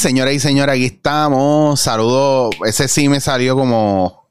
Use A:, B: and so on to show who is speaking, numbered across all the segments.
A: Señoras y señores, aquí estamos. Saludos. Ese sí me salió como...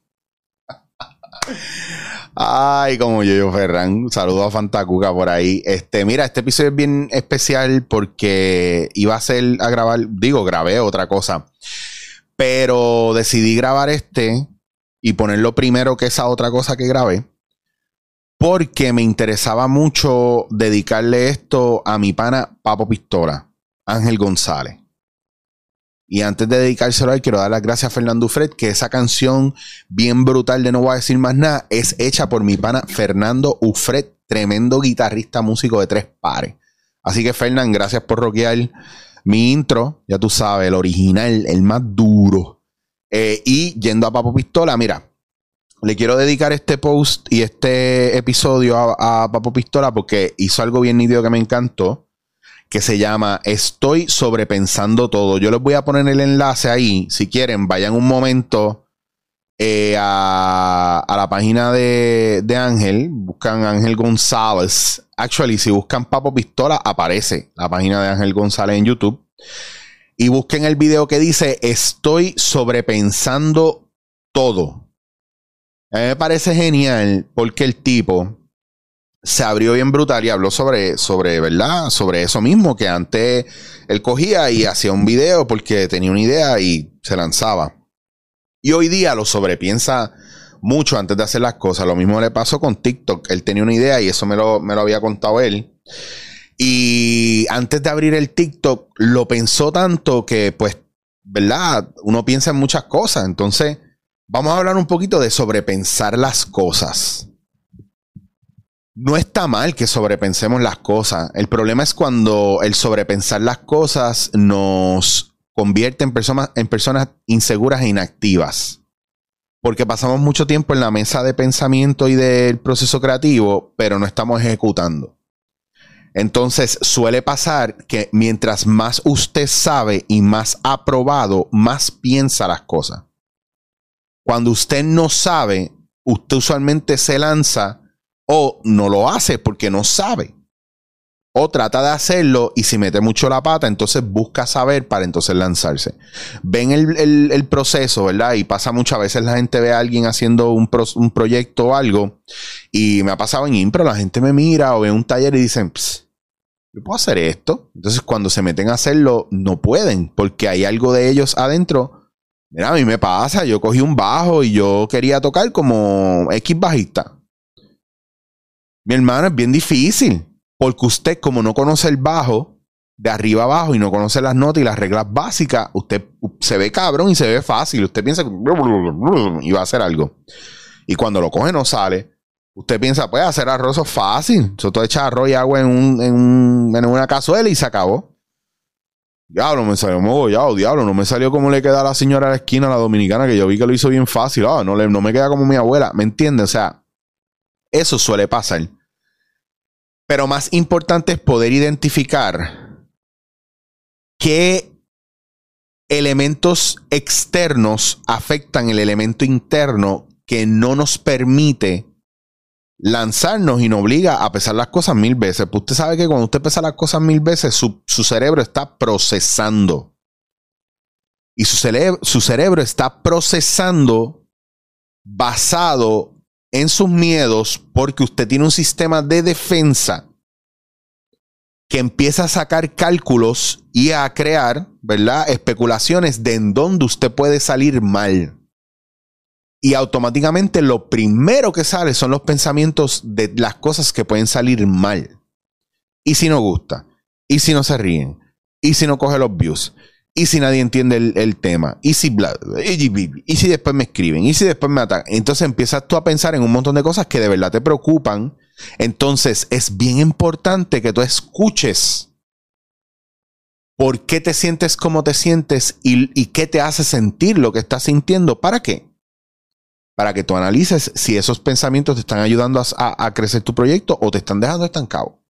A: Ay, como yo, Ferran. Saludos a Fantacuca por ahí. Mira, este episodio es bien especial porque iba a ser a grabar... grabé otra cosa. Pero decidí grabar y ponerlo primero que esa otra cosa que grabé. Porque me interesaba mucho dedicarle esto a mi pana Papo Pistola, Ángel González. Y antes de dedicárselo a él, quiero dar las gracias a Fernando Ufret, que esa canción bien brutal de No Voy a Decir Más Nada es hecha por mi pana Fernando Ufret, tremendo guitarrista, músico de 3 pares. Así que, Fernando, gracias por rockear mi intro. Ya tú sabes, el original, el más duro. Y yendo a Papo Pistola, mira, le quiero dedicar este post y este episodio a Papo Pistola porque hizo algo bien nítido que me encantó, que se llama Estoy sobrepensando todo. Yo les voy a poner el enlace ahí. Si quieren, vayan un momento a la página de Ángel. Buscan Ángel González. Actually, si buscan Papo Pistola, aparece la página de Ángel González en YouTube. Y busquen el video que dice Estoy sobrepensando todo. A mí me parece genial porque el tipo se abrió bien brutal y habló sobre, ¿verdad? Sobre eso mismo, que antes él cogía y hacía un video porque tenía una idea y se lanzaba. Y hoy día lo sobrepiensa mucho antes de hacer las cosas. Lo mismo le pasó con TikTok. Él tenía una idea y eso me lo había contado él. Y antes de abrir el TikTok, lo pensó tanto que, pues, ¿verdad? Uno piensa en muchas cosas. Entonces, vamos a hablar un poquito de sobrepensar las cosas. No está mal que sobrepensemos las cosas. El problema es cuando el sobrepensar las cosas nos convierte en personas inseguras e inactivas. Porque pasamos mucho tiempo en la mesa de pensamiento y del proceso creativo, pero no estamos ejecutando. Entonces suele pasar que mientras más usted sabe y más ha probado, más piensa las cosas. Cuando usted no sabe, usted usualmente se lanza o no lo hace porque no sabe. O trata de hacerlo y si mete mucho la pata, entonces busca saber para entonces lanzarse. Ven el proceso, ¿verdad? Y pasa muchas veces la gente ve a alguien haciendo un proyecto o algo. Y me ha pasado en impro, la gente me mira o ve un taller y dicen, yo puedo hacer esto. Entonces cuando se meten a hacerlo, no pueden porque hay algo de ellos adentro. Mira, a mí me pasa, yo cogí un bajo y yo quería tocar como X bajista. Mi hermano, es bien difícil, porque usted, como no conoce el bajo de arriba abajo y no conoce las notas y las reglas básicas, usted se ve cabrón y se ve fácil. Usted piensa que y va a hacer algo. Y cuando lo coge no sale. Usted piensa, pues hacer arroz es fácil. Tú echas arroz y agua en una cazuela y se acabó. Diablo, me salió mogollado, diablo. No me salió como le queda a la señora de la esquina, a la dominicana, que yo vi que lo hizo bien fácil. No me queda como mi abuela. ¿Me entiende? O sea, eso suele pasar. Pero más importante es poder identificar qué elementos externos afectan el elemento interno que no nos permite lanzarnos y nos obliga a pesar las cosas 1000 veces. Pues usted sabe que cuando usted pesa las cosas 1000 veces, su cerebro está procesando. Y su cerebro está procesando basado en sus miedos porque usted tiene un sistema de defensa que empieza a sacar cálculos y a crear, ¿verdad?, especulaciones de en dónde usted puede salir mal. Y automáticamente lo primero que sale son los pensamientos de las cosas que pueden salir mal. ¿Y si no gusta? ¿Y si no se ríen? ¿Y si no coge los views? ¿Y si nadie entiende el tema? ¿Y si bla, y si después me escriben? ¿Y si después me atacan? Entonces empiezas tú a pensar en un montón de cosas que de verdad te preocupan. Entonces es bien importante que tú escuches por qué te sientes como te sientes y qué te hace sentir lo que estás sintiendo. ¿Para qué? Para que tú analices si esos pensamientos te están ayudando a crecer tu proyecto o te están dejando estancado.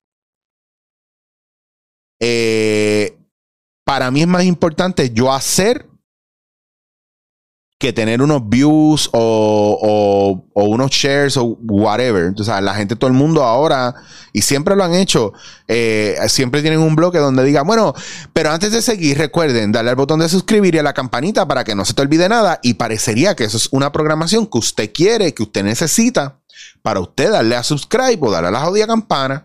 A: Para mí es más importante yo hacer que tener unos views o unos shares o whatever. O sea, la gente, todo el mundo ahora, y siempre lo han hecho, siempre tienen un bloque donde digan, bueno, pero antes de seguir, recuerden darle al botón de suscribir y a la campanita para que no se te olvide nada. Y parecería que eso es una programación que usted quiere, que usted necesita para usted darle a subscribe o darle a la jodida campana.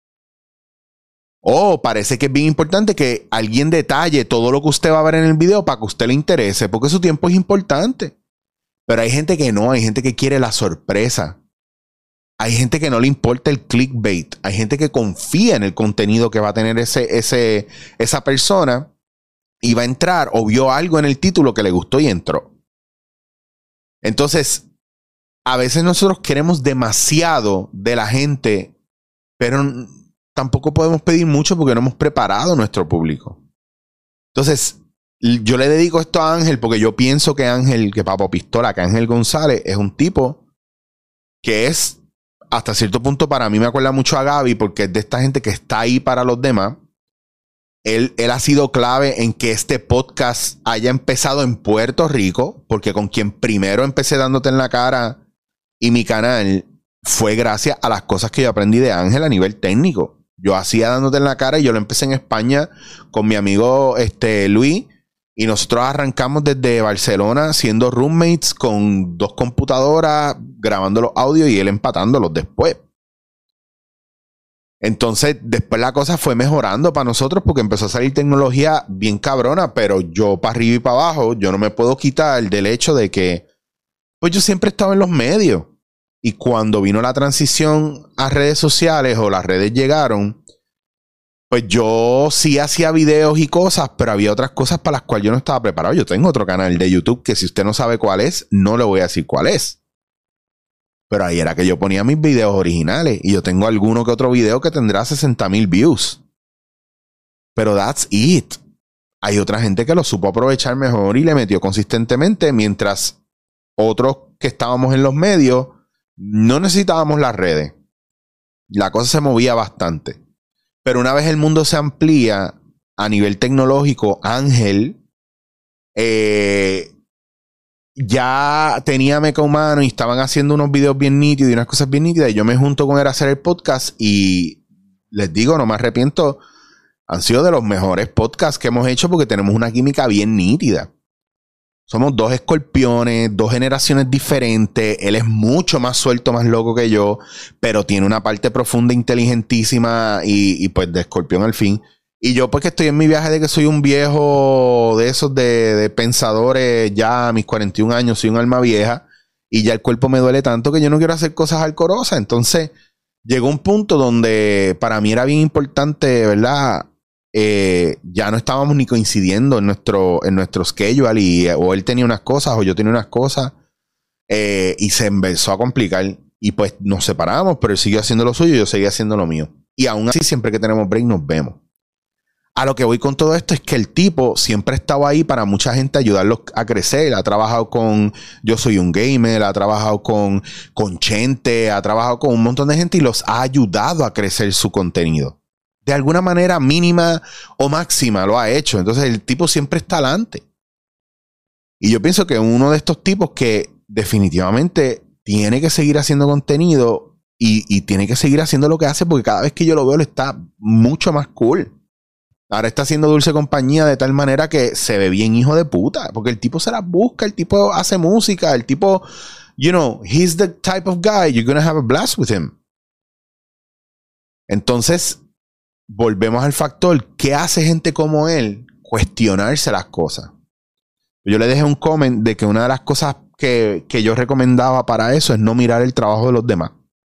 A: O parece que es bien importante que alguien detalle todo lo que usted va a ver en el video para que a usted le interese, porque su tiempo es importante. Pero hay gente que no, hay gente que quiere la sorpresa. Hay gente que no le importa el clickbait. Hay gente que confía en el contenido que va a tener esa persona y va a entrar o vio algo en el título que le gustó y entró. Entonces, a veces nosotros queremos demasiado de la gente, pero tampoco podemos pedir mucho porque no hemos preparado a nuestro público. Entonces, yo le dedico esto a Ángel porque yo pienso que Papo Pistola, que Ángel González es un tipo que es, hasta cierto punto para mí me acuerda mucho a Gaby porque es de esta gente que está ahí para los demás. Él ha sido clave en que este podcast haya empezado en Puerto Rico, porque con quien primero empecé dándote en la cara y mi canal fue gracias a las cosas que yo aprendí de Ángel a nivel técnico. Yo hacía dándote en la cara y yo lo empecé en España con mi amigo Luis, y nosotros arrancamos desde Barcelona siendo roommates con 2 computadoras, grabando los audios y él empatándolos después. Entonces, después la cosa fue mejorando para nosotros porque empezó a salir tecnología bien cabrona, pero yo para arriba y para abajo, yo no me puedo quitar del hecho de que pues yo siempre he estado en los medios. Y cuando vino la transición a redes sociales o las redes llegaron, pues yo sí hacía videos y cosas, pero había otras cosas para las cuales yo no estaba preparado. Yo tengo otro canal de YouTube que si usted no sabe cuál es, no le voy a decir cuál es. Pero ahí era que yo ponía mis videos originales y yo tengo alguno que otro video que tendrá 60,000 views. Pero that's it. Hay otra gente que lo supo aprovechar mejor y le metió consistentemente, mientras otros que estábamos en los medios no necesitábamos las redes. La cosa se movía bastante. Pero una vez el mundo se amplía a nivel tecnológico, Ángel ya tenía Meca Humano y estaban haciendo unos videos bien nítidos y unas cosas bien nítidas. Y yo me junto con él a hacer el podcast y les digo, no me arrepiento. Han sido de los mejores podcasts que hemos hecho porque tenemos una química bien nítida. Somos 2 escorpiones, 2 generaciones diferentes. Él es mucho más suelto, más loco que yo, pero tiene una parte profunda, inteligentísima y pues de escorpión al fin. Y yo pues que estoy en mi viaje de que soy un viejo de esos de pensadores, ya a mis 41 años soy un alma vieja y ya el cuerpo me duele tanto que yo no quiero hacer cosas alcorosas. Entonces llegó un punto donde para mí era bien importante, ¿verdad? Ya no estábamos ni coincidiendo en nuestro schedule o él tenía unas cosas o yo tenía unas cosas y se empezó a complicar y pues nos separamos, pero él siguió haciendo lo suyo y yo seguía haciendo lo mío. Y aún así siempre que tenemos break nos vemos. A lo que voy con todo esto es que el tipo siempre ha estado ahí para mucha gente, ayudarlos a crecer. Ha trabajado con Yo Soy un Gamer, ha trabajado con Chente, ha trabajado con un montón de gente y los ha ayudado a crecer su contenido. De alguna manera mínima o máxima lo ha hecho. Entonces el tipo siempre está adelante. Y yo pienso que uno de estos tipos que definitivamente tiene que seguir haciendo contenido y tiene que seguir haciendo lo que hace porque cada vez que yo lo veo le está mucho más cool. Ahora está haciendo Dulce Compañía de tal manera que se ve bien hijo de puta. Porque el tipo se las busca, el tipo hace música, el tipo, you know, he's the type of guy, you're gonna have a blast with him. Entonces, volvemos al factor, ¿qué hace gente como él? Cuestionarse las cosas. Yo le dejé un comment de que una de las cosas que yo recomendaba para eso es no mirar el trabajo de los demás.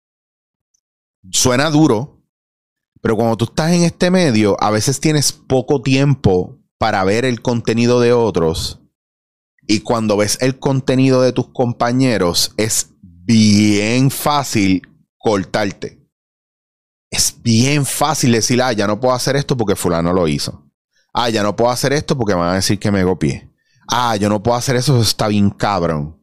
A: Suena duro, pero cuando tú estás en este medio, a veces tienes poco tiempo para ver el contenido de otros. Y cuando ves el contenido de tus compañeros, es bien fácil cortarte. Es bien fácil decir, ya no puedo hacer esto porque fulano lo hizo. Ya no puedo hacer esto porque me van a decir que me copié. Yo no puedo hacer eso está bien cabrón.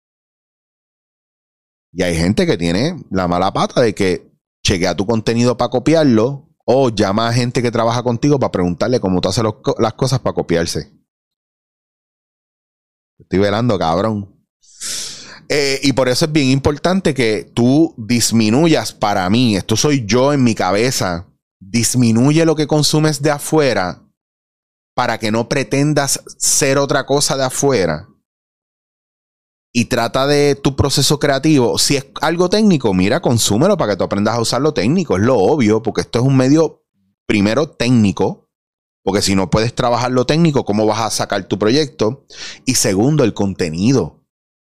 A: Y hay gente que tiene la mala pata de que chequea tu contenido para copiarlo o llama a gente que trabaja contigo para preguntarle cómo tú haces las cosas para copiarse. Estoy velando, cabrón. Y por eso es bien importante que tú disminuyas, para mí, esto soy yo en mi cabeza, disminuye lo que consumes de afuera para que no pretendas ser otra cosa de afuera. Y trata de tu proceso creativo. Si es algo técnico, mira, consúmelo para que tú aprendas a usar lo técnico. Es lo obvio, porque esto es un medio, primero, técnico. Porque si no puedes trabajar lo técnico, ¿cómo vas a sacar tu proyecto? Y segundo, el contenido.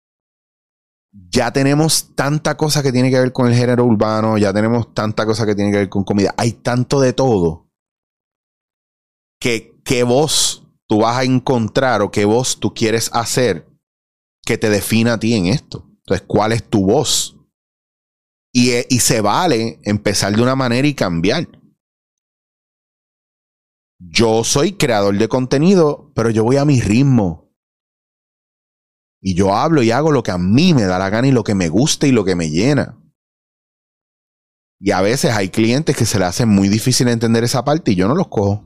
A: Ya tenemos tanta cosa que tiene que ver con el género urbano. Ya tenemos tanta cosa que tiene que ver con comida. Hay tanto de todo. ¿Qué voz tú vas a encontrar o qué voz tú quieres hacer que te defina a ti en esto? Entonces, ¿cuál es tu voz? Y se vale empezar de una manera y cambiar. Yo soy creador de contenido, pero yo voy a mi ritmo. Y yo hablo y hago lo que a mí me da la gana y lo que me gusta y lo que me llena. Y a veces hay clientes que se le hacen muy difícil entender esa parte y yo no los cojo.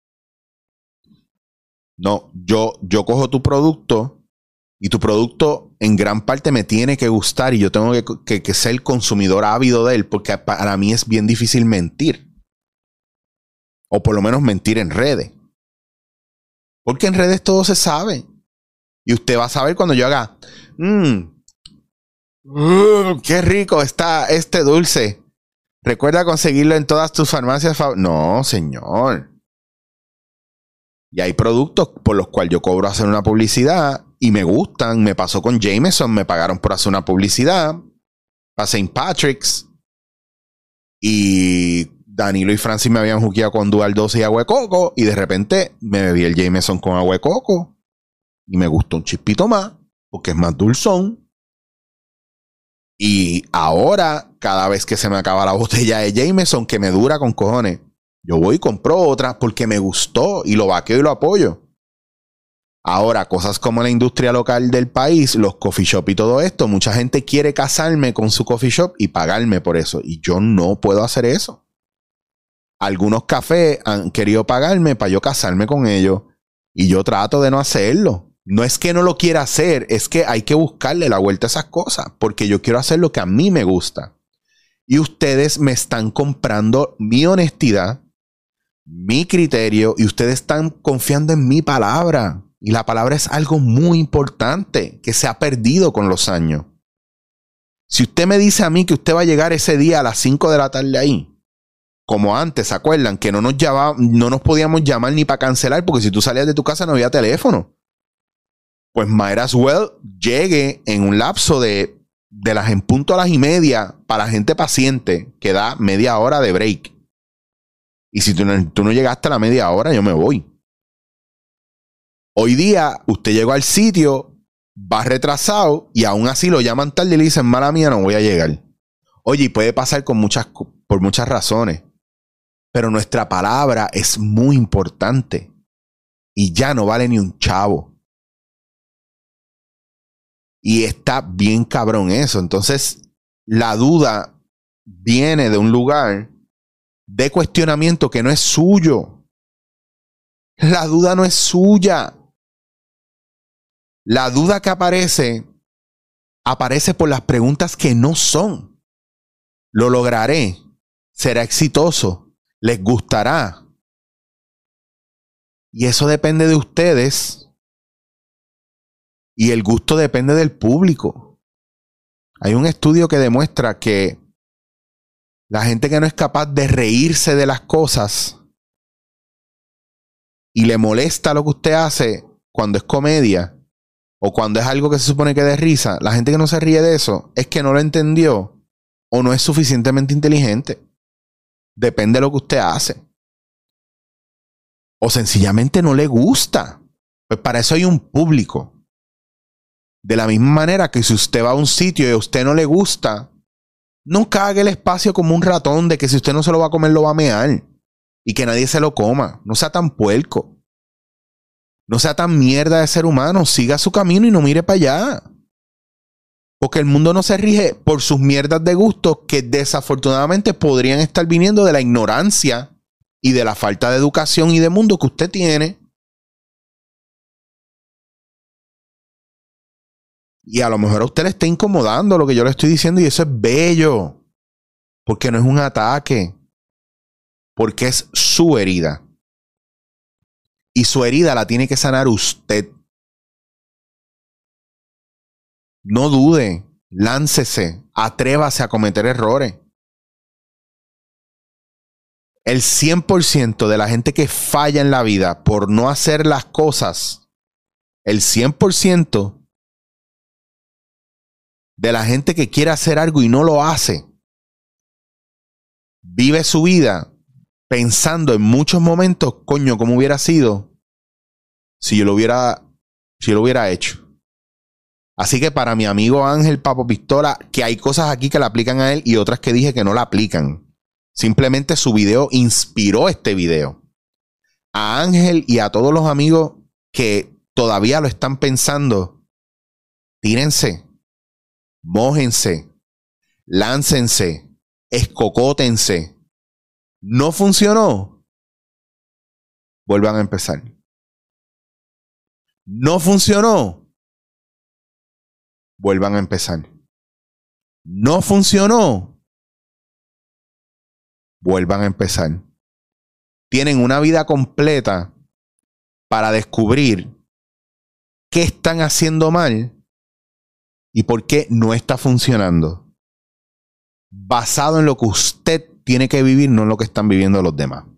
A: No, yo cojo tu producto y tu producto en gran parte me tiene que gustar y yo tengo que ser consumidor ávido de él porque para mí es bien difícil mentir. O por lo menos mentir en redes. Porque en redes todo se sabe. Y usted va a saber cuando yo haga qué rico está este dulce. Recuerda conseguirlo en todas tus farmacias. No, señor. Y hay productos por los cuales yo cobro hacer una publicidad y me gustan. Me pasó con Jameson, me pagaron por hacer una publicidad para St. Patrick's. Y Danilo y Francis me habían juqueado con Dual 12 y agua de coco. Y de repente me bebí el Jameson con agua de coco. Y me gustó un chispito más porque es más dulzón. Y ahora, cada vez que se me acaba la botella de Jameson, que me dura con cojones, yo voy y compro otra porque me gustó y lo vaqueo y lo apoyo. Ahora, cosas como la industria local del país, los coffee shop y todo esto, mucha gente quiere casarme con su coffee shop y pagarme por eso. Y yo no puedo hacer eso. Algunos cafés han querido pagarme para yo casarme con ellos y yo trato de no hacerlo. No es que no lo quiera hacer, es que hay que buscarle la vuelta a esas cosas porque yo quiero hacer lo que a mí me gusta. Y ustedes me están comprando mi honestidad, mi criterio y ustedes están confiando en mi palabra. Y la palabra es algo muy importante que se ha perdido con los años. Si usted me dice a mí que usted va a llegar ese día a las 5 de la tarde ahí, como antes, ¿se acuerdan? Que no nos podíamos llamar ni para cancelar porque si tú salías de tu casa no había teléfono. Pues might as well llegue en un lapso de las en punto a las 1:30 para la gente paciente que da media hora de break. Y si tú no llegaste a la media hora, yo me voy. Hoy día, usted llegó al sitio, va retrasado y aún así lo llaman tarde y le dicen, mala mía, no voy a llegar. Oye, y puede pasar por muchas razones. Pero nuestra palabra es muy importante. Y ya no vale ni un chavo. Y está bien cabrón eso. Entonces, la duda viene de un lugar de cuestionamiento que no es suyo. La duda no es suya. La duda que aparece por las preguntas que no son. ¿Lo lograré? ¿Será exitoso? ¿Les gustará? Y eso depende de ustedes. Y el gusto depende del público. Hay un estudio que demuestra que la gente que no es capaz de reírse de las cosas y le molesta lo que usted hace cuando es comedia o cuando es algo que se supone que dé risa, la gente que no se ríe de eso es que no lo entendió o no es suficientemente inteligente. Depende de lo que usted hace. O sencillamente no le gusta. Pues para eso hay un público. De la misma manera que si usted va a un sitio y a usted no le gusta, no cague el espacio como un ratón de que si usted no se lo va a comer, lo va a mear. Y que nadie se lo coma. No sea tan puerco. No sea tan mierda de ser humano. Siga su camino y no mire para allá. Porque el mundo no se rige por sus mierdas de gusto que desafortunadamente podrían estar viniendo de la ignorancia y de la falta de educación y de mundo que usted tiene. Y a lo mejor a usted le está incomodando lo que yo le estoy diciendo y eso es bello. Porque no es un ataque. Porque es su herida. Y su herida la tiene que sanar usted. No dude. Láncese. Atrévase a cometer errores. El 100% de la gente que falla en la vida por no hacer las cosas, el 100% de la gente que quiere hacer algo y no lo hace, vive su vida pensando en muchos momentos, coño, ¿cómo hubiera sido si yo lo hubiera hecho? Así que para mi amigo Ángel Papo Pistola, que hay cosas aquí que le aplican a él y otras que dije que no la aplican. Simplemente su video inspiró este video. A Ángel y a todos los amigos que todavía lo están pensando, tírense, mójense, láncense, escocótense. ¿No funcionó? Vuelvan a empezar. ¿No funcionó? Vuelvan a empezar. ¿No funcionó? Vuelvan a empezar. Tienen una vida completa para descubrir qué están haciendo mal y por qué no está funcionando. Basado en lo que usted tiene que vivir, no en lo que están viviendo los demás.